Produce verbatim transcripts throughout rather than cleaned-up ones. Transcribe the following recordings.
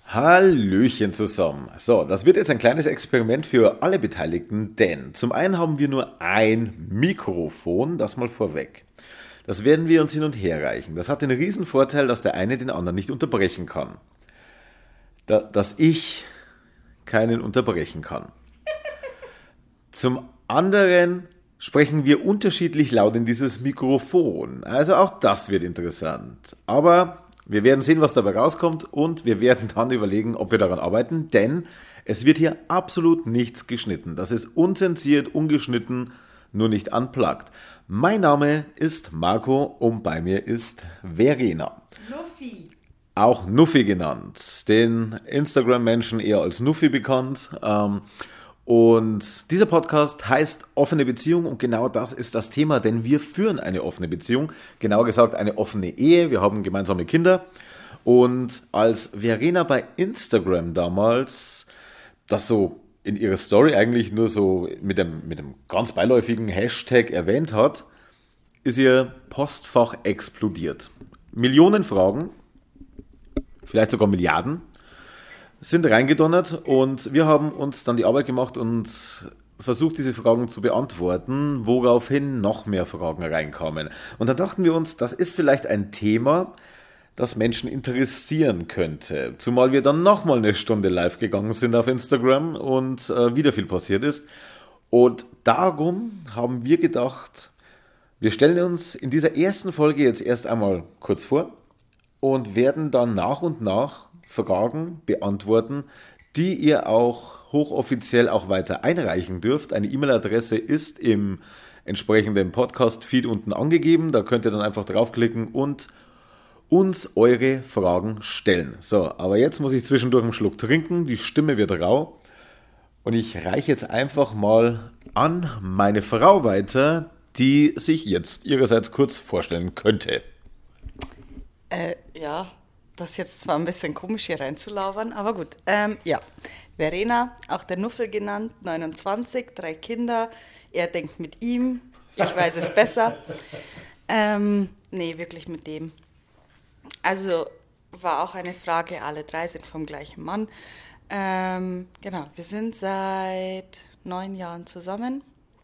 Hallöchen zusammen. So, das wird jetzt ein kleines Experiment für alle Beteiligten, denn zum einen haben wir nur ein Mikrofon, das mal vorweg. Das werden wir uns hin und her reichen. Das hat den riesen Vorteil, dass der eine den anderen nicht unterbrechen kann. Da, dass ich keinen unterbrechen kann. Zum anderen sprechen wir unterschiedlich laut in dieses Mikrofon. Also auch das wird interessant. Aber wir werden sehen, was dabei rauskommt und wir werden dann überlegen, ob wir daran arbeiten, denn es wird hier absolut nichts geschnitten. Das ist unzensiert, ungeschnitten, nur nicht unplugged. Mein Name ist Marco und bei mir ist Verena. Nuffi. Auch Nuffi genannt, den Instagram-Menschen eher als Nuffi bekannt. Ähm, Und dieser Podcast heißt Offene Beziehung und genau das ist das Thema, denn wir führen eine offene Beziehung, genauer gesagt eine offene Ehe, wir haben gemeinsame Kinder und als Verena bei Instagram damals das so in ihrer Story eigentlich nur so mit dem, mit dem ganz beiläufigen Hashtag erwähnt hat, ist ihr Postfach explodiert. Millionen Fragen, vielleicht sogar Milliarden, sind reingedonnert und wir haben uns dann die Arbeit gemacht und versucht, diese Fragen zu beantworten, woraufhin noch mehr Fragen reinkamen. Und dann dachten wir uns, das ist vielleicht ein Thema, das Menschen interessieren könnte. Zumal wir dann nochmal eine Stunde live gegangen sind auf Instagram und äh, wieder viel passiert ist. Und darum haben wir gedacht, wir stellen uns in dieser ersten Folge jetzt erst einmal kurz vor und werden dann nach und nach Fragen beantworten, die ihr auch hochoffiziell auch weiter einreichen dürft. Eine E-Mail-Adresse ist im entsprechenden Podcast-Feed unten angegeben. Da könnt ihr dann einfach draufklicken und uns eure Fragen stellen. So, aber jetzt muss ich zwischendurch einen Schluck trinken. Die Stimme wird rau. Und ich reiche jetzt einfach mal an meine Frau weiter, die sich jetzt ihrerseits kurz vorstellen könnte. Äh, ja, das ist jetzt zwar ein bisschen komisch hier reinzulauern, aber gut. Ähm, ja, Verena, auch der Nuffel genannt, neunundzwanzig, drei Kinder. Er denkt mit ihm, ich weiß es besser. Ähm, nee, wirklich mit dem. Also war auch eine Frage, alle drei sind vom gleichen Mann. Ähm, genau, wir sind seit neun Jahren zusammen,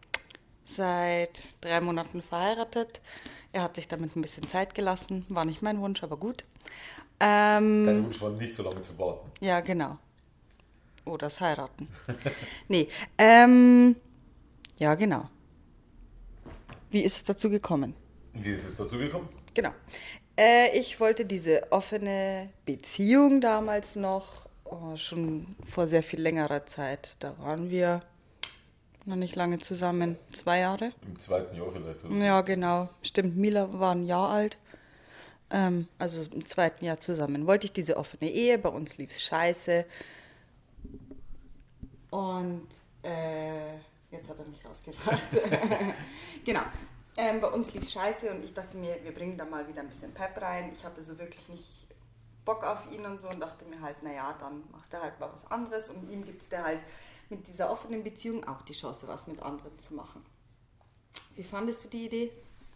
seit drei Monaten verheiratet. Er hat sich damit ein bisschen Zeit gelassen, war nicht mein Wunsch, aber gut. Ähm, Dein Wunsch war nicht so lange zu warten. Ja, genau. Oder das Heiraten. nee, ähm, ja, genau. Wie ist es dazu gekommen? Wie ist es dazu gekommen? Genau. Äh, ich wollte diese offene Beziehung damals noch, oh, schon vor sehr viel längerer Zeit. Da waren wir noch nicht lange zusammen, zwei Jahre. Im zweiten Jahr vielleicht, oder? Ja, genau. Stimmt, Mila war ein Jahr alt. Ähm, also im zweiten Jahr zusammen. Wollte ich diese offene Ehe, bei uns lief es scheiße. Und äh, jetzt hat er mich rausgefragt. genau. Ähm, bei uns lief scheiße und ich dachte mir, wir bringen da mal wieder ein bisschen Pep rein. Ich hatte so wirklich nicht Bock auf ihn und so und dachte mir halt, naja, dann machst du halt mal was anderes und ihm gibt es dir halt mit dieser offenen Beziehung auch die Chance, was mit anderen zu machen. Wie fandest du die Idee?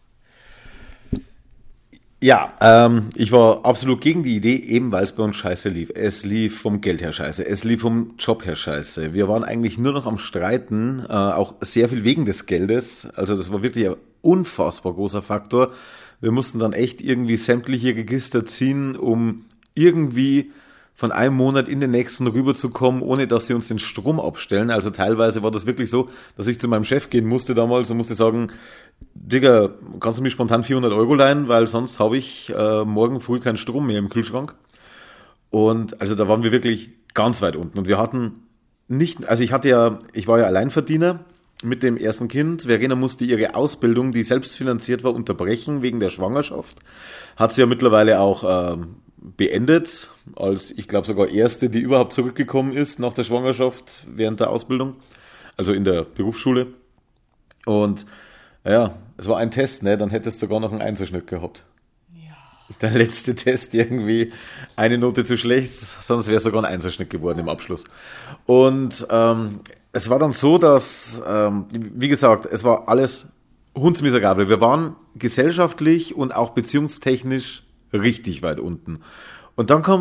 Ja, ähm, ich war absolut gegen die Idee, eben weil es bei uns scheiße lief. Es lief vom Geld her scheiße, es lief vom Job her scheiße. Wir waren eigentlich nur noch am Streiten, äh, auch sehr viel wegen des Geldes. Also das war wirklich ein unfassbar großer Faktor. Wir mussten dann echt irgendwie sämtliche Register ziehen, um irgendwie von einem Monat in den nächsten rüberzukommen, ohne dass sie uns den Strom abstellen. Also teilweise war das wirklich so, dass ich zu meinem Chef gehen musste damals und musste sagen, Digga, kannst du mir spontan vierhundert Euro leihen, weil sonst habe ich äh, morgen früh keinen Strom mehr im Kühlschrank. Und also da waren wir wirklich ganz weit unten. Und wir hatten nicht, also ich hatte ja, ich war ja Alleinverdiener mit dem ersten Kind. Verena musste ihre Ausbildung, die selbst finanziert war, unterbrechen wegen der Schwangerschaft. Hat sie ja mittlerweile auch ähm, beendet, als ich glaube sogar erste, die überhaupt zurückgekommen ist nach der Schwangerschaft während der Ausbildung, also in der Berufsschule. Und ja, es war ein Test, ne? Dann hättest du sogar noch einen Einzelschnitt gehabt. Ja. Der letzte Test irgendwie eine Note zu schlecht, sonst wäre es sogar ein Einzelschnitt geworden im Abschluss. Und ähm, es war dann so, dass, ähm, wie gesagt, es war alles hundsmiserabel. Wir waren gesellschaftlich und auch beziehungstechnisch richtig weit unten. Und dann kommt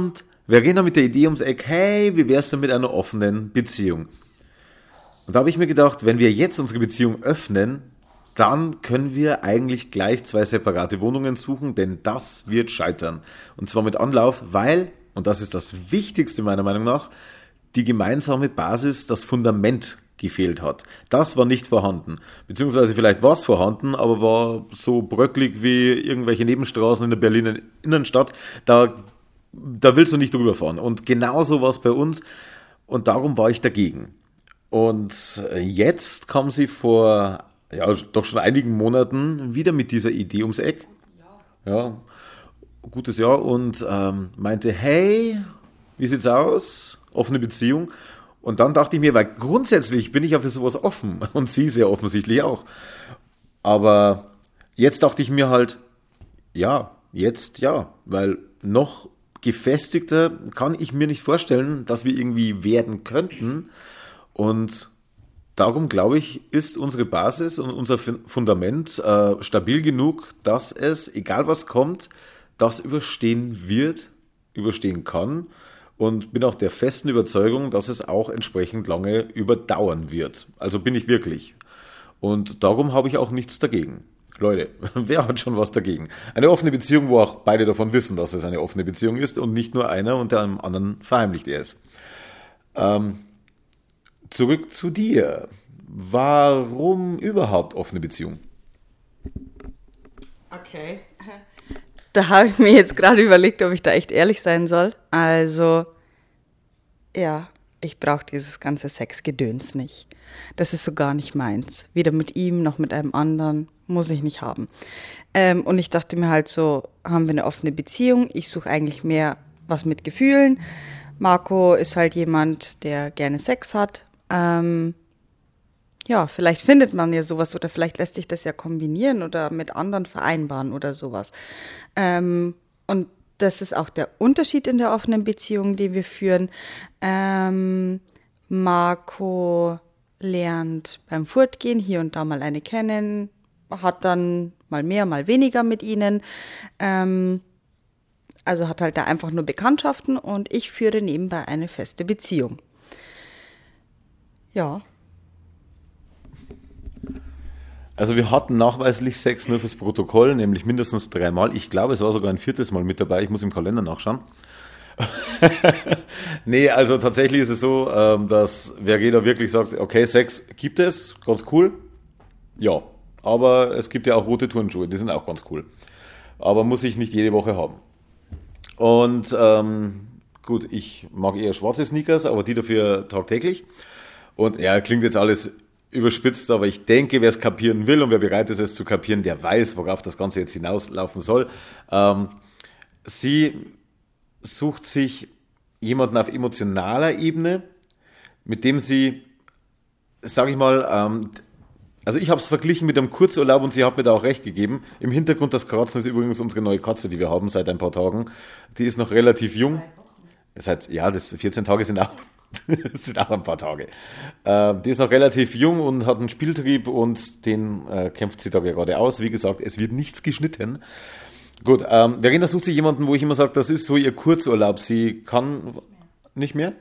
Wir gehen da mit der Idee ums Eck, hey, wie wär's denn mit einer offenen Beziehung? Und da habe ich mir gedacht, wenn wir jetzt unsere Beziehung öffnen, dann können wir eigentlich gleich zwei separate Wohnungen suchen, denn das wird scheitern. Und zwar mit Anlauf, weil, und das ist das Wichtigste meiner Meinung nach, die gemeinsame Basis, das Fundament gefehlt hat. Das war nicht vorhanden. Beziehungsweise vielleicht war es vorhanden, aber war so bröcklig wie irgendwelche Nebenstraßen in der Berliner Innenstadt. Da, da willst du nicht drüber fahren. Und genauso war es bei uns. Und darum war ich dagegen. Und jetzt kam sie vor, ja, doch schon einigen Monaten wieder mit dieser Idee ums Eck. Ja, gutes Jahr. Und ähm, meinte, hey, wie sieht's aus? Offene Beziehung. Und dann dachte ich mir, weil grundsätzlich bin ich ja für sowas offen. Und sie sehr offensichtlich auch. Aber jetzt dachte ich mir halt, ja, jetzt ja. Weil noch gefestigter kann ich mir nicht vorstellen, dass wir irgendwie werden könnten. Und darum, glaube ich, ist unsere Basis und unser Fundament äh, stabil genug, dass es, egal was kommt, das überstehen wird, überstehen kann. Und bin auch der festen Überzeugung, dass es auch entsprechend lange überdauern wird. Also bin ich wirklich. Und darum habe ich auch nichts dagegen. Leute, wer hat schon was dagegen? Eine offene Beziehung, wo auch beide davon wissen, dass es eine offene Beziehung ist und nicht nur einer und der einem anderen verheimlicht er es. Ähm, Zurück zu dir. Warum überhaupt offene Beziehung? Okay. Da habe ich mir jetzt gerade überlegt, ob ich da echt ehrlich sein soll. Also, ja, ich brauche dieses ganze Sexgedöns nicht. Das ist so gar nicht meins. Weder mit ihm noch mit einem anderen. Muss ich nicht haben. Ähm, und ich dachte mir halt so, haben wir eine offene Beziehung? Ich suche eigentlich mehr was mit Gefühlen. Marco ist halt jemand, der gerne Sex hat. Ähm, ja, vielleicht findet man ja sowas oder vielleicht lässt sich das ja kombinieren oder mit anderen vereinbaren oder sowas. Ähm, und das ist auch der Unterschied in der offenen Beziehung, den wir führen. Ähm, Marco lernt beim Fortgehen hier und da mal eine kennen, hat dann mal mehr, mal weniger mit ihnen. Ähm, also hat halt da einfach nur Bekanntschaften und ich führe nebenbei eine feste Beziehung. Ja. Also wir hatten nachweislich Sex nur fürs Protokoll, nämlich mindestens dreimal. Ich glaube, es war sogar ein viertes Mal mit dabei. Ich muss im Kalender nachschauen. Nee, also tatsächlich ist es so, dass Verena wirklich sagt, okay, Sex gibt es, ganz cool. Ja, aber es gibt ja auch rote Turnschuhe, die sind auch ganz cool. Aber muss ich nicht jede Woche haben. Und ähm, gut, ich mag eher schwarze Sneakers, aber die dafür tagtäglich. Und ja, klingt jetzt alles überspitzt, aber ich denke, wer es kapieren will und wer bereit ist, es zu kapieren, der weiß, worauf das Ganze jetzt hinauslaufen soll. Ähm, sie sucht sich jemanden auf emotionaler Ebene, mit dem sie, sage ich mal, ähm, also ich habe es verglichen mit einem Kurzurlaub und sie hat mir da auch recht gegeben. Im Hintergrund das Kratzen ist übrigens unsere neue Katze, die wir haben seit ein paar Tagen. Die ist noch relativ jung. Seit, ja, das vierzehn Tage sind auch das sind auch ein paar Tage. Äh, die ist noch relativ jung und hat einen Spieltrieb und den äh, kämpft sie da gerade aus. Wie gesagt, es wird nichts geschnitten. Gut, ähm, Verena sucht sich jemanden, wo ich immer sage, das ist so ihr Kurzurlaub. Sie kann nicht mehr?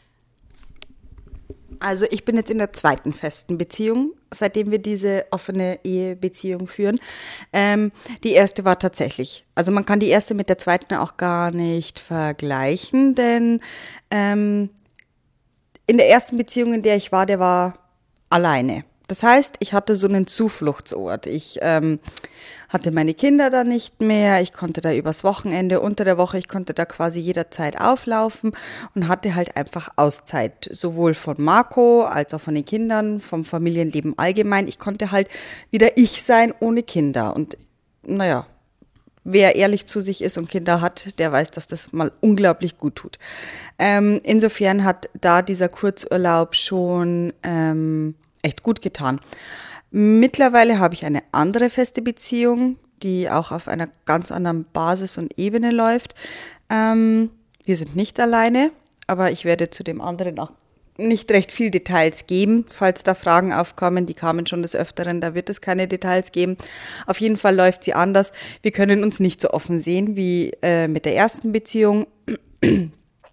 Also ich bin jetzt in der zweiten festen Beziehung, seitdem wir diese offene Ehebeziehung führen. Ähm, die erste war tatsächlich, also man kann die erste mit der zweiten auch gar nicht vergleichen, denn ähm, in der ersten Beziehung, in der ich war, der war alleine. Das heißt, ich hatte so einen Zufluchtsort. Ich ähm, hatte meine Kinder da nicht mehr. Ich konnte da übers Wochenende, unter der Woche, ich konnte da quasi jederzeit auflaufen und hatte halt einfach Auszeit. Sowohl von Marco als auch von den Kindern, vom Familienleben allgemein. Ich konnte halt wieder ich sein ohne Kinder. Und naja, wer ehrlich zu sich ist und Kinder hat, der weiß, dass das mal unglaublich gut tut. Ähm, insofern hat da dieser Kurzurlaub schon ähm, echt gut getan. Mittlerweile habe ich eine andere feste Beziehung, die auch auf einer ganz anderen Basis und Ebene läuft. Ähm, wir sind nicht alleine, aber ich werde zu dem anderen auch nicht recht viel Details geben, falls da Fragen aufkommen. Die kamen schon des Öfteren, da wird es keine Details geben. Auf jeden Fall läuft sie anders. Wir können uns nicht so offen sehen wie äh, mit der ersten Beziehung.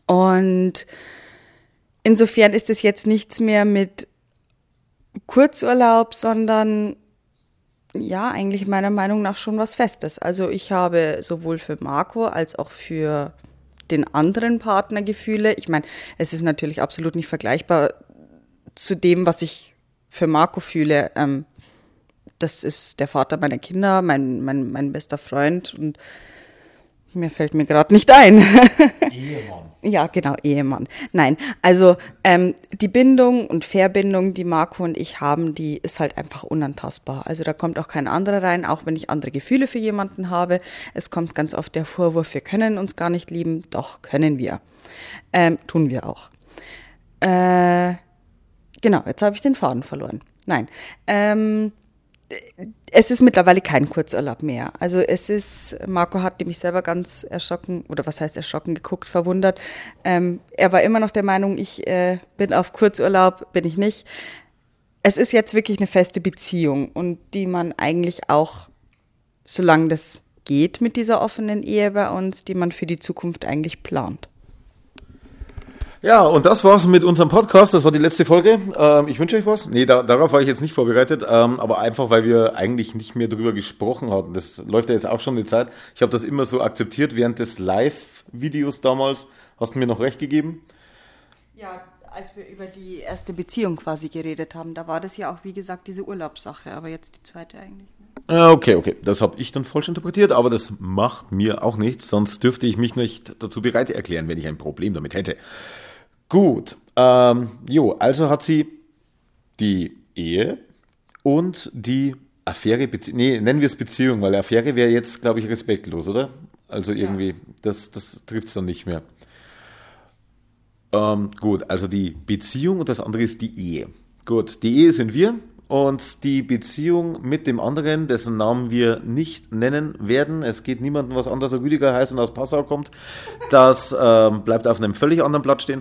Und insofern ist es jetzt nichts mehr mit Kurzurlaub, sondern ja, eigentlich meiner Meinung nach schon was Festes. Also ich habe sowohl für Marco als auch für den anderen Partner Gefühle. Ich meine, es ist natürlich absolut nicht vergleichbar zu dem, was ich für Marco fühle. Ähm, das ist der Vater meiner Kinder, mein, mein, mein bester Freund und mir fällt mir gerade nicht ein. Ehemann. Ja, genau, Ehemann. Nein, also ähm, die Bindung und Verbindung, die Marco und ich haben, die ist halt einfach unantastbar. Also da kommt auch kein anderer rein, auch wenn ich andere Gefühle für jemanden habe. Es kommt ganz oft der Vorwurf, wir können uns gar nicht lieben. Doch, können wir. Ähm, tun wir auch. Äh, genau, jetzt habe ich den Faden verloren. Nein, ähm... Es ist mittlerweile kein Kurzurlaub mehr. Also es ist, Marco hat mich selber ganz erschrocken, oder was heißt erschrocken, geguckt, verwundert. Ähm, er war immer noch der Meinung, ich äh, bin auf Kurzurlaub, bin ich nicht. Es ist jetzt wirklich eine feste Beziehung und die man eigentlich auch, solange das geht mit dieser offenen Ehe bei uns, die man für die Zukunft eigentlich plant. Ja, und das war's mit unserem Podcast. Das war die letzte Folge. Ähm, ich wünsche euch was. Nee, da, darauf war ich jetzt nicht vorbereitet, ähm, aber einfach, weil wir eigentlich nicht mehr drüber gesprochen hatten. Das läuft ja jetzt auch schon die Zeit. Ich habe das immer so akzeptiert während des Live-Videos damals. Hast du mir noch recht gegeben? Ja, als wir über die erste Beziehung quasi geredet haben, da war das ja auch, wie gesagt, diese Urlaubssache, aber jetzt die zweite eigentlich. Ah, okay, okay. Das habe ich dann falsch interpretiert, aber das macht mir auch nichts, sonst dürfte ich mich nicht dazu bereit erklären, wenn ich ein Problem damit hätte. Gut, ähm, jo, also hat sie die Ehe und die Affäre, Bezie- nee, nennen wir es Beziehung, weil Affäre wäre jetzt, glaube ich, respektlos, oder? Also irgendwie, ja. das, das trifft es dann nicht mehr. Ähm, gut, also die Beziehung und das andere ist die Ehe. Gut, die Ehe sind wir und die Beziehung mit dem anderen, dessen Namen wir nicht nennen werden, es geht niemandem was anderes, als Rüdiger heißt und aus Passau kommt, das ähm, bleibt auf einem völlig anderen Blatt stehen.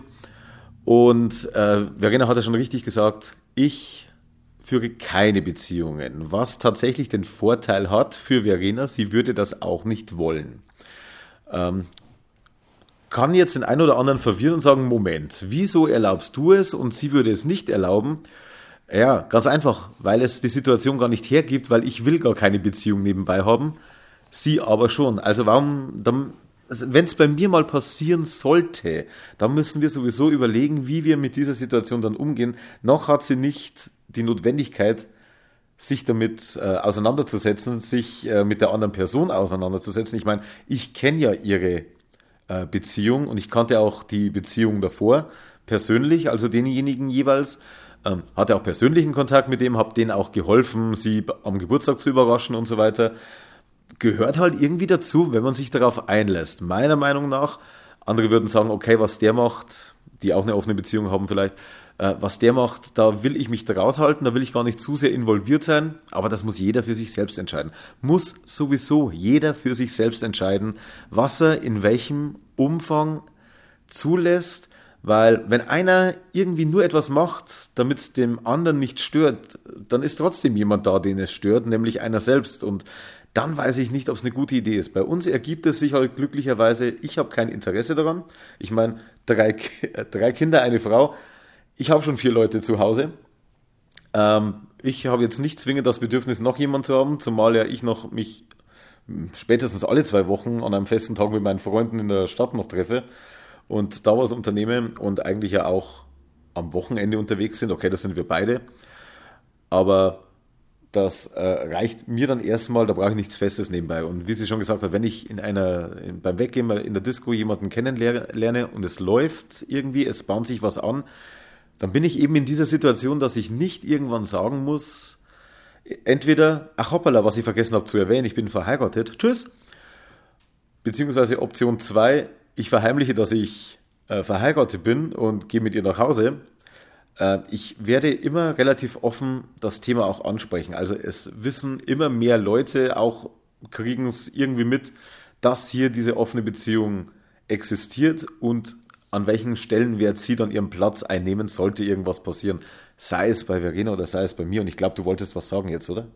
Und äh, Verena hat ja schon richtig gesagt, ich führe keine Beziehungen, was tatsächlich den Vorteil hat für Verena, sie würde das auch nicht wollen. Ähm, kann jetzt den einen oder anderen verwirren und sagen, Moment, wieso erlaubst du es und sie würde es nicht erlauben? Ja, ganz einfach, weil es die Situation gar nicht hergibt, weil ich will gar keine Beziehung nebenbei haben, sie aber schon. Also warum, dann, wenn es bei mir mal passieren sollte, dann müssen wir sowieso überlegen, wie wir mit dieser Situation dann umgehen. Noch hat sie nicht die Notwendigkeit, sich damit äh, auseinanderzusetzen, sich äh, mit der anderen Person auseinanderzusetzen. Ich meine, ich kenne ja ihre äh, Beziehung und ich kannte auch die Beziehung davor persönlich, also denjenigen jeweils. Ähm, hatte auch persönlichen Kontakt mit dem, habe denen auch geholfen, sie am Geburtstag zu überraschen und so weiter. Gehört halt irgendwie dazu, wenn man sich darauf einlässt. Meiner Meinung nach, andere würden sagen, okay, was der macht, die auch eine offene Beziehung haben vielleicht, äh, was der macht, da will ich mich da raushalten, da will ich gar nicht zu sehr involviert sein, aber das muss jeder für sich selbst entscheiden. Muss sowieso jeder für sich selbst entscheiden, was er in welchem Umfang zulässt, weil wenn einer irgendwie nur etwas macht, damit es dem anderen nicht stört, dann ist trotzdem jemand da, den es stört, nämlich einer selbst. Und dann weiß ich nicht, ob es eine gute Idee ist. Bei uns ergibt es sich halt glücklicherweise, ich habe kein Interesse daran. Ich meine, drei, drei Kinder, eine Frau. Ich habe schon vier Leute zu Hause. Ähm, ich habe jetzt nicht zwingend das Bedürfnis, noch jemanden zu haben, zumal ja ich noch mich spätestens alle zwei Wochen an einem festen Tag mit meinen Freunden in der Stadt noch treffe und da was unternehmen und eigentlich ja auch am Wochenende unterwegs sind. Okay, das sind wir beide. Aber das äh, reicht mir dann erstmal, da brauche ich nichts Festes nebenbei. Und wie sie schon gesagt hat, wenn ich in einer, in, beim Weggehen in der Disco jemanden kennenlerne und es läuft irgendwie, es bahnt sich was an, dann bin ich eben in dieser Situation, dass ich nicht irgendwann sagen muss, entweder, ach hoppala, was ich vergessen habe zu erwähnen, ich bin verheiratet, tschüss. Beziehungsweise Option zwei, ich verheimliche, dass ich äh, verheiratet bin und gehe mit ihr nach Hause. Äh, ich werde immer relativ offen das Thema auch ansprechen. Also es wissen immer mehr Leute, auch kriegen es irgendwie mit, dass hier diese offene Beziehung existiert und an welchen Stellenwert sie dann ihren Platz einnehmen, sollte irgendwas passieren. Sei es bei Verena oder sei es bei mir. Und ich glaube, du wolltest was sagen jetzt, oder?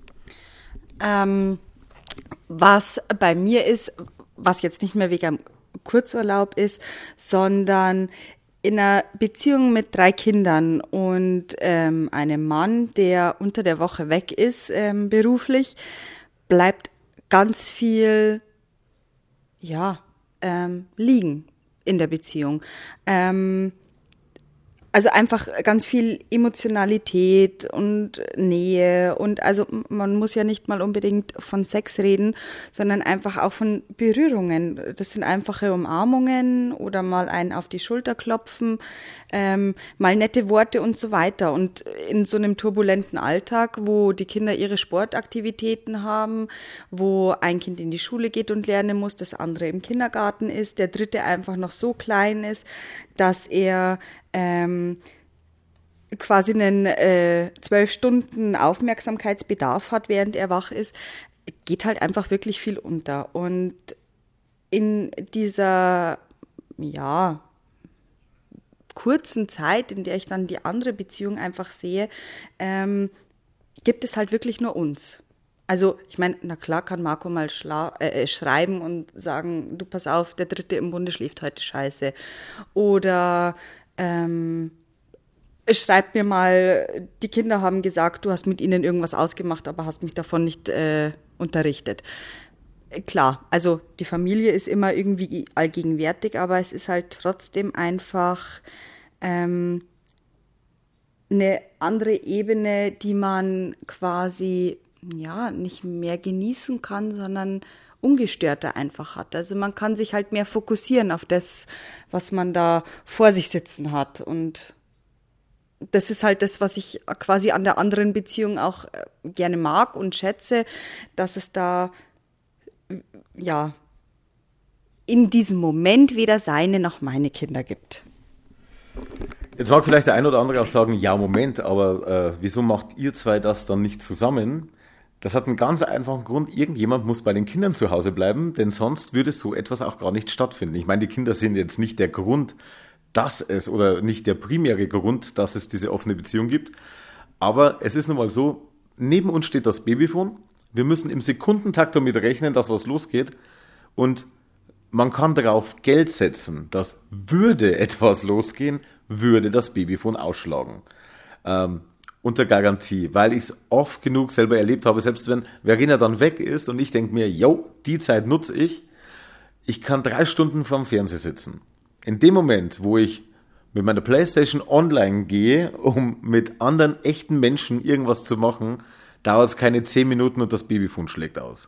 Ähm, was bei mir ist, was jetzt nicht mehr wegen, Kurzurlaub ist, sondern in einer Beziehung mit drei Kindern und ähm, einem Mann, der unter der Woche weg ist, ähm, beruflich, bleibt ganz viel, ja, ähm, liegen in der Beziehung. Ähm, Also einfach ganz viel Emotionalität und Nähe und also man muss ja nicht mal unbedingt von Sex reden, sondern einfach auch von Berührungen. Das sind einfache Umarmungen oder mal ein auf die Schulter klopfen, ähm, mal nette Worte und so weiter. Und in so einem turbulenten Alltag, wo die Kinder ihre Sportaktivitäten haben, wo ein Kind in die Schule geht und lernen muss, das andere im Kindergarten ist, der dritte einfach noch so klein ist, dass er ähm, quasi einen äh, zwölf Stunden Aufmerksamkeitsbedarf hat, während er wach ist, geht halt einfach wirklich viel unter. Und in dieser, ja, kurzen Zeit, in der ich dann die andere Beziehung einfach sehe, ähm, gibt es halt wirklich nur uns. Also ich meine, na klar kann Marco mal schla- äh, schreiben und sagen, du pass auf, der Dritte im Bunde schläft heute scheiße. Oder ähm, schreib mir mal, die Kinder haben gesagt, du hast mit ihnen irgendwas ausgemacht, aber hast mich davon nicht äh, unterrichtet. Klar, also die Familie ist immer irgendwie allgegenwärtig, aber es ist halt trotzdem einfach ähm, eine andere Ebene, die man quasi ja nicht mehr genießen kann, sondern ungestörter einfach hat. Also man kann sich halt mehr fokussieren auf das, was man da vor sich sitzen hat. Und das ist halt das, was ich quasi an der anderen Beziehung auch gerne mag und schätze, dass es da ja in diesem Moment weder seine noch meine Kinder gibt. Jetzt mag vielleicht der ein oder andere auch sagen, ja Moment, aber äh, wieso macht ihr zwei das dann nicht zusammen? Das hat einen ganz einfachen Grund, irgendjemand muss bei den Kindern zu Hause bleiben, denn sonst würde so etwas auch gar nicht stattfinden. Ich meine, die Kinder sind jetzt nicht der Grund, dass es, oder nicht der primäre Grund, dass es diese offene Beziehung gibt, aber es ist nun mal so, neben uns steht das Babyphone, wir müssen im Sekundentakt damit rechnen, dass was losgeht und man kann darauf Geld setzen, dass würde etwas losgehen, würde das Babyphone ausschlagen. Ähm, unter Garantie, weil ich es oft genug selber erlebt habe, selbst wenn Verena dann weg ist und ich denke mir, yo, die Zeit nutze ich, ich kann drei Stunden vorm Fernseher sitzen. In dem Moment, wo ich mit meiner Playstation online gehe, um mit anderen echten Menschen irgendwas zu machen, dauert es keine zehn Minuten und das Babyphone schlägt aus.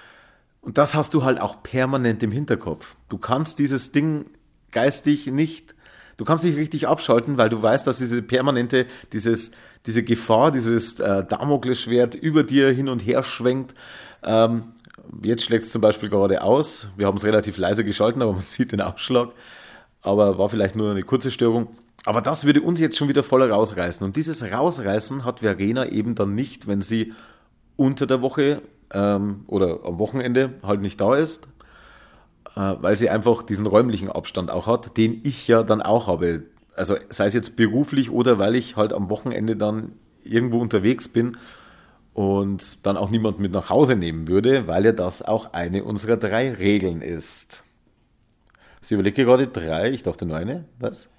Und das hast du halt auch permanent im Hinterkopf. Du kannst dieses Ding geistig nicht, du kannst nicht richtig abschalten, weil du weißt, dass diese permanente, dieses, diese Gefahr, dieses äh, Damoklesschwert über dir hin und her schwenkt. Ähm, jetzt schlägt es zum Beispiel gerade aus. Wir haben es relativ leise geschalten, aber man sieht den Ausschlag. Aber war vielleicht nur eine kurze Störung. Aber das würde uns jetzt schon wieder voll rausreißen. Und dieses Rausreißen hat Verena eben dann nicht, wenn sie unter der Woche ähm, oder am Wochenende halt nicht da ist, äh, weil sie einfach diesen räumlichen Abstand auch hat, den ich ja dann auch habe. Also sei es jetzt beruflich oder weil ich halt am Wochenende dann irgendwo unterwegs bin und dann auch niemand mit nach Hause nehmen würde, weil ja das auch eine unserer drei Regeln ist. Sie überlege gerade drei, ich dachte nur eine. Was?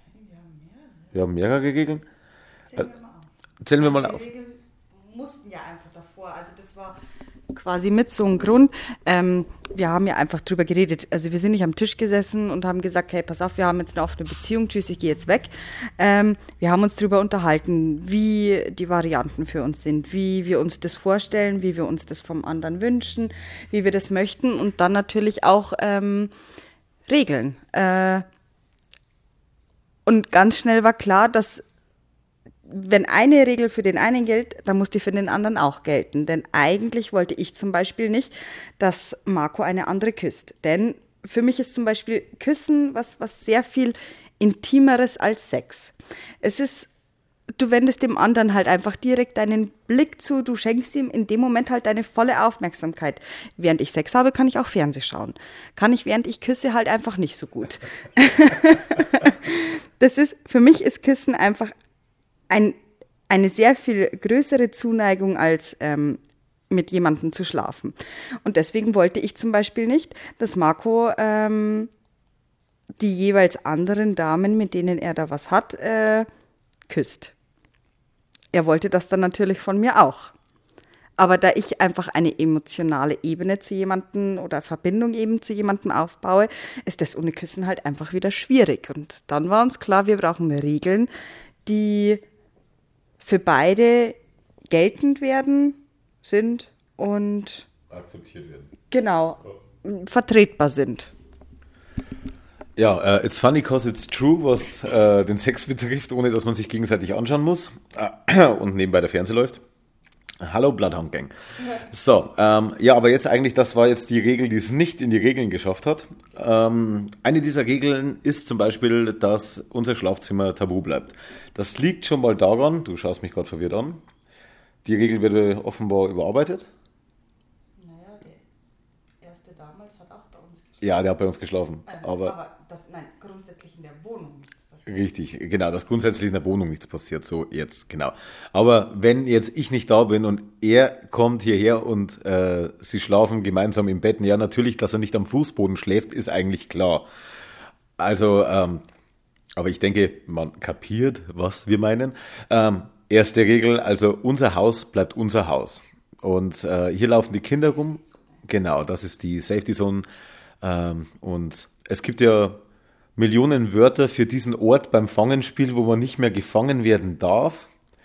Wir haben mehrere Regeln. Zählen wir mal auf. Zählen wir mal auf. Die Regeln mussten ja einfach davor, also das war quasi mit so einem Grund. Ähm, wir haben ja einfach drüber geredet. Also wir sind nicht am Tisch gesessen und haben gesagt, hey, pass auf, wir haben jetzt eine offene Beziehung, tschüss, ich gehe jetzt weg. Ähm, wir haben uns drüber unterhalten, wie die Varianten für uns sind, wie wir uns das vorstellen, wie wir uns das vom anderen wünschen, wie wir das möchten und dann natürlich auch ähm, Regeln. Äh, und ganz schnell war klar, dass wenn eine Regel für den einen gilt, dann muss die für den anderen auch gelten. Denn eigentlich wollte ich zum Beispiel nicht, dass Marco eine andere küsst. Denn für mich ist zum Beispiel Küssen was, was sehr viel Intimeres als Sex. Es ist, du wendest dem anderen halt einfach direkt deinen Blick zu, du schenkst ihm in dem Moment halt deine volle Aufmerksamkeit. Während ich Sex habe, kann ich auch Fernsehen schauen. Kann ich, während ich küsse, halt einfach nicht so gut. Das ist, für mich ist Küssen einfach Ein, eine sehr viel größere Zuneigung als ähm, mit jemandem zu schlafen. Und deswegen wollte ich zum Beispiel nicht, dass Marco ähm, die jeweils anderen Damen, mit denen er da was hat, äh, küsst. Er wollte das dann natürlich von mir auch. Aber da ich einfach eine emotionale Ebene zu jemandem oder Verbindung eben zu jemandem aufbaue, ist das ohne Küssen halt einfach wieder schwierig. Und dann war uns klar, wir brauchen Regeln, die für beide geltend werden, sind und akzeptiert werden. Genau, vertretbar sind. Ja, uh, it's funny cause it's true, was uh, den Sex betrifft, ohne dass man sich gegenseitig anschauen muss uh, und nebenbei der Fernseher läuft. Hallo Bloodhound Gang. So, ähm, ja, aber jetzt eigentlich, das war jetzt die Regel, die es nicht in die Regeln geschafft hat. Ähm, eine dieser Regeln ist zum Beispiel, dass unser Schlafzimmer tabu bleibt. Das liegt schon mal daran, du schaust mich gerade verwirrt an, die Regel wird offenbar überarbeitet. Naja, der erste damals hat auch bei uns geschlafen. Ja, der hat bei uns geschlafen. Ähm, aber aber das, nein, grundsätzlich in der Wohnung nichts passiert. Richtig, genau, dass grundsätzlich in der Wohnung nichts passiert, so jetzt, genau. Aber wenn jetzt ich nicht da bin und er kommt hierher und äh, sie schlafen gemeinsam im Bett, ja, natürlich, dass er nicht am Fußboden schläft, ist eigentlich klar. Also, ähm, aber ich denke, man kapiert, was wir meinen. Ähm, erste Regel, also unser Haus bleibt unser Haus. Und äh, hier laufen die Kinder rum. Genau, das ist die Safety Zone. Ähm, und es gibt ja Millionen Wörter für diesen Ort beim Fangenspiel, wo man nicht mehr gefangen werden darf.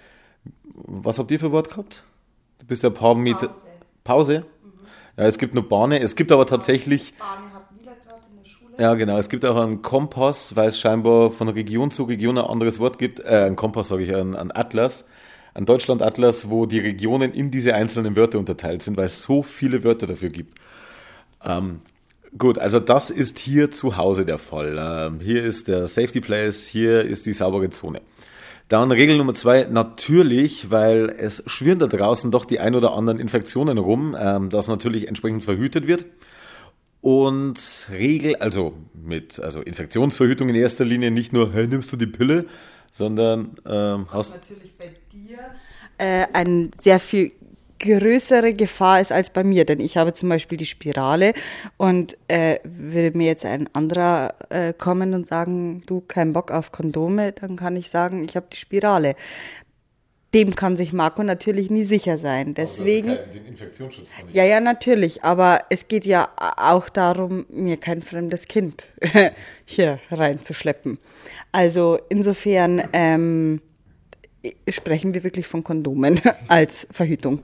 Was habt ihr für Wort gehabt? Du bist ein paar Meter... Pause. Pause? Mhm. Ja, es gibt nur Bahne. Es gibt aber tatsächlich... Bahne hat Mila gerade in der Schule. Ja, genau. Es gibt auch einen Kompass, weil es scheinbar von Region zu Region ein anderes Wort gibt. Äh, ein Kompass, sage ich, ein, ein Atlas. Ein Deutschland-Atlas, wo die Regionen in diese einzelnen Wörter unterteilt sind, weil es so viele Wörter dafür gibt. Ähm... Gut, also das ist hier zu Hause der Fall. Ähm, hier ist der Safety Place, hier ist die saubere Zone. Dann Regel Nummer zwei, natürlich, weil es schwirren da draußen doch die ein oder anderen Infektionen rum, ähm, das natürlich entsprechend verhütet wird. Und Regel, also mit also Infektionsverhütung in erster Linie, nicht nur, hey, nimmst du die Pille, sondern ähm, hast... natürlich bei dir äh, ein sehr viel größere Gefahr ist als bei mir, denn ich habe zum Beispiel die Spirale und äh, würde mir jetzt ein anderer äh, kommen und sagen, du, kein Bock auf Kondome, dann kann ich sagen, ich habe die Spirale. Dem kann sich Marco natürlich nie sicher sein. Deswegen, also den Infektionsschutz noch nicht. Ja, ja, natürlich, aber es geht ja auch darum, mir kein fremdes Kind hier reinzuschleppen. Also insofern ähm, sprechen wir wirklich von Kondomen als Verhütung.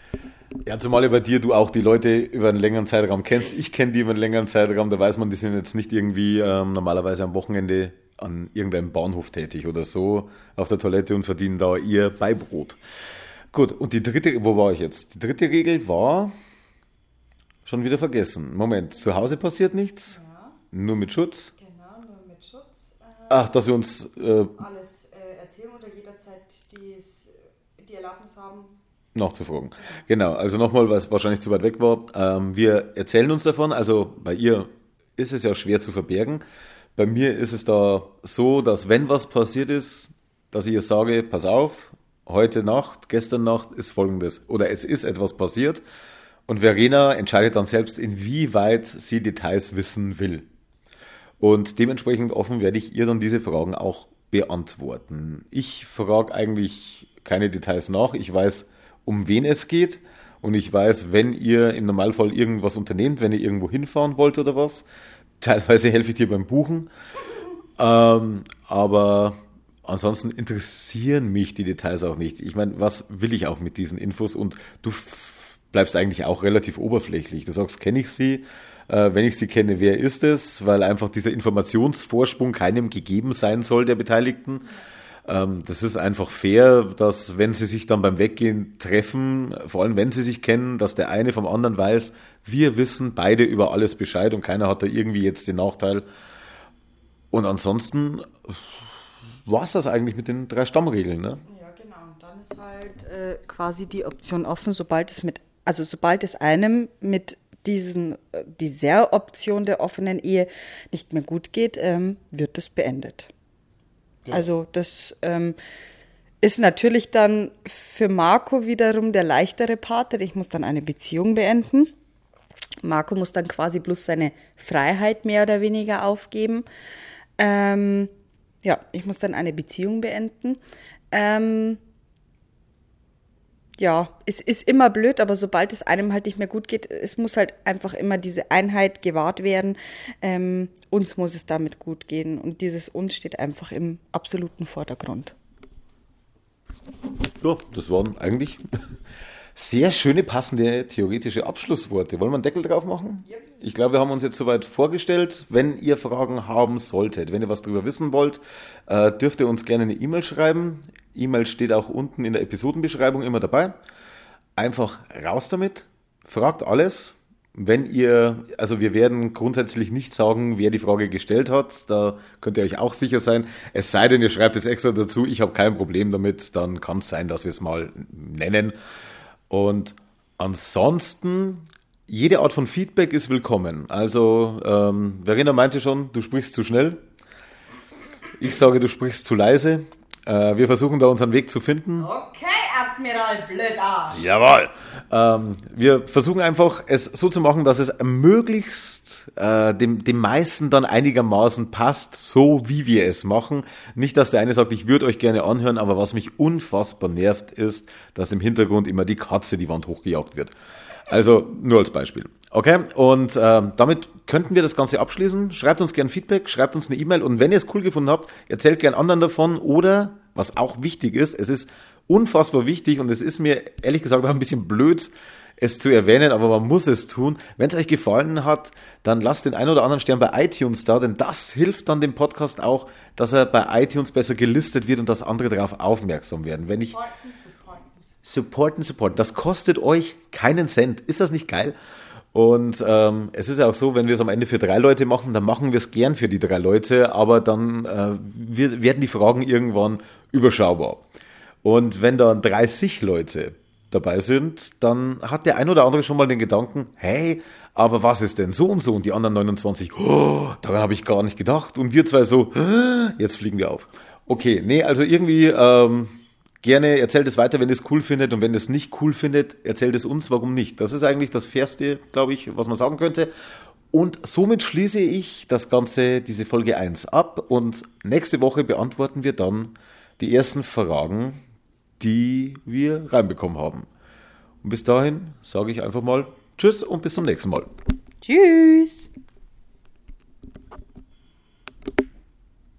Ja, zumal bei dir du auch die Leute über einen längeren Zeitraum kennst. Ich kenne die über einen längeren Zeitraum, da weiß man, die sind jetzt nicht irgendwie ähm, normalerweise am Wochenende an irgendeinem Bahnhof tätig oder so auf der Toilette und verdienen da ihr Beibrot. Gut, und die dritte, wo war ich jetzt? Die dritte Regel war, schon wieder vergessen. Moment, zu Hause passiert nichts? Ja. Nur mit Schutz? Genau, nur mit Schutz. Äh, Ach, dass wir uns... Äh, alles äh, erzählen oder jederzeit dies, die Erlaubnis haben, nachzufragen. Genau, also nochmal, weil es wahrscheinlich zu weit weg war. Ähm, wir erzählen uns davon, also bei ihr ist es ja schwer zu verbergen. Bei mir ist es da so, dass wenn was passiert ist, dass ich ihr sage, pass auf, heute Nacht, gestern Nacht ist Folgendes oder es ist etwas passiert und Verena entscheidet dann selbst, inwieweit sie Details wissen will. Und dementsprechend offen werde ich ihr dann diese Fragen auch beantworten. Ich frage eigentlich keine Details nach, ich weiß, um wen es geht und ich weiß, wenn ihr im Normalfall irgendwas unternehmt, wenn ihr irgendwo hinfahren wollt oder was, teilweise helfe ich dir beim Buchen, ähm, aber ansonsten interessieren mich die Details auch nicht. Ich meine, was will ich auch mit diesen Infos und du f- bleibst eigentlich auch relativ oberflächlich. Du sagst, kenne ich sie? Äh, wenn ich sie kenne, wer ist es? Weil einfach dieser Informationsvorsprung keinem gegeben sein soll, der Beteiligten. Das ist einfach fair, dass wenn sie sich dann beim Weggehen treffen, vor allem wenn sie sich kennen, dass der eine vom anderen weiß, wir wissen beide über alles Bescheid und keiner hat da irgendwie jetzt den Nachteil. Und ansonsten war es das eigentlich mit den drei Stammregeln, ne? Ja, genau. Und dann ist halt äh, quasi die Option offen, sobald es mit, also sobald es einem mit diesen, dieser Option der offenen Ehe nicht mehr gut geht, ähm, wird es beendet. Also das ähm, ist natürlich dann für Marco wiederum der leichtere Part, denn ich muss dann eine Beziehung beenden. Marco muss dann quasi bloß seine Freiheit mehr oder weniger aufgeben. Ähm, ja, ich muss dann eine Beziehung beenden. Ähm, ja, es ist immer blöd, aber sobald es einem halt nicht mehr gut geht, es muss halt einfach immer diese Einheit gewahrt werden. Ähm, uns muss es damit gut gehen und dieses uns steht einfach im absoluten Vordergrund. Ja, das waren eigentlich sehr schöne, passende theoretische Abschlussworte. Wollen wir einen Deckel drauf machen? Yep. Ich glaube, wir haben uns jetzt soweit vorgestellt. Wenn ihr Fragen haben solltet, wenn ihr was darüber wissen wollt, äh, dürft ihr uns gerne eine E-Mail schreiben. E-Mail steht auch unten in der Episodenbeschreibung immer dabei. Einfach raus damit, fragt alles. Wenn ihr, also wir werden grundsätzlich nicht sagen, wer die Frage gestellt hat, da könnt ihr euch auch sicher sein. Es sei denn, ihr schreibt jetzt extra dazu, ich habe kein Problem damit, dann kann es sein, dass wir es mal nennen. Und ansonsten, jede Art von Feedback ist willkommen. Also, ähm, Verena meinte schon, du sprichst zu schnell. Ich sage, du sprichst zu leise. Äh, wir versuchen da unseren Weg zu finden. Okay, Admiral Blödarsch. Jawohl. Ähm, wir versuchen einfach, es so zu machen, dass es möglichst äh, dem, dem meisten dann einigermaßen passt, so wie wir es machen. Nicht, dass der eine sagt, ich würde euch gerne anhören, aber was mich unfassbar nervt, ist, dass im Hintergrund immer die Katze die Wand hochgejagt wird. Also nur als Beispiel. Okay, und äh, damit könnten wir das Ganze abschließen. Schreibt uns gerne Feedback, schreibt uns eine E-Mail und wenn ihr es cool gefunden habt, erzählt gerne anderen davon oder, was auch wichtig ist, es ist unfassbar wichtig und es ist mir ehrlich gesagt auch ein bisschen blöd, es zu erwähnen, aber man muss es tun. Wenn es euch gefallen hat, dann lasst den einen oder anderen Stern bei iTunes da, denn das hilft dann dem Podcast auch, dass er bei iTunes besser gelistet wird und dass andere darauf aufmerksam werden. Wenn ich supporten, supporten, supporten, supporten. Das kostet euch keinen Cent. Ist das nicht geil? Und ähm, es ist ja auch so, wenn wir es am Ende für drei Leute machen, dann machen wir es gern für die drei Leute, aber dann äh, wir, werden die Fragen irgendwann überschaubar. Und wenn da dreißig Leute dabei sind, dann hat der ein oder andere schon mal den Gedanken, hey, aber was ist denn so und so? Und die anderen neunundzwanzig, oh, daran habe ich gar nicht gedacht. Und wir zwei so, jetzt fliegen wir auf. Okay, nee, also irgendwie ähm, gerne erzählt es weiter, wenn ihr es cool findet. Und wenn ihr es nicht cool findet, erzählt es uns, warum nicht. Das ist eigentlich das Fairste, glaube ich, was man sagen könnte. Und somit schließe ich das Ganze, diese Folge eins ab. Und nächste Woche beantworten wir dann die ersten Fragen, die wir reinbekommen haben. Und bis dahin sage ich einfach mal Tschüss und bis zum nächsten Mal. Tschüss.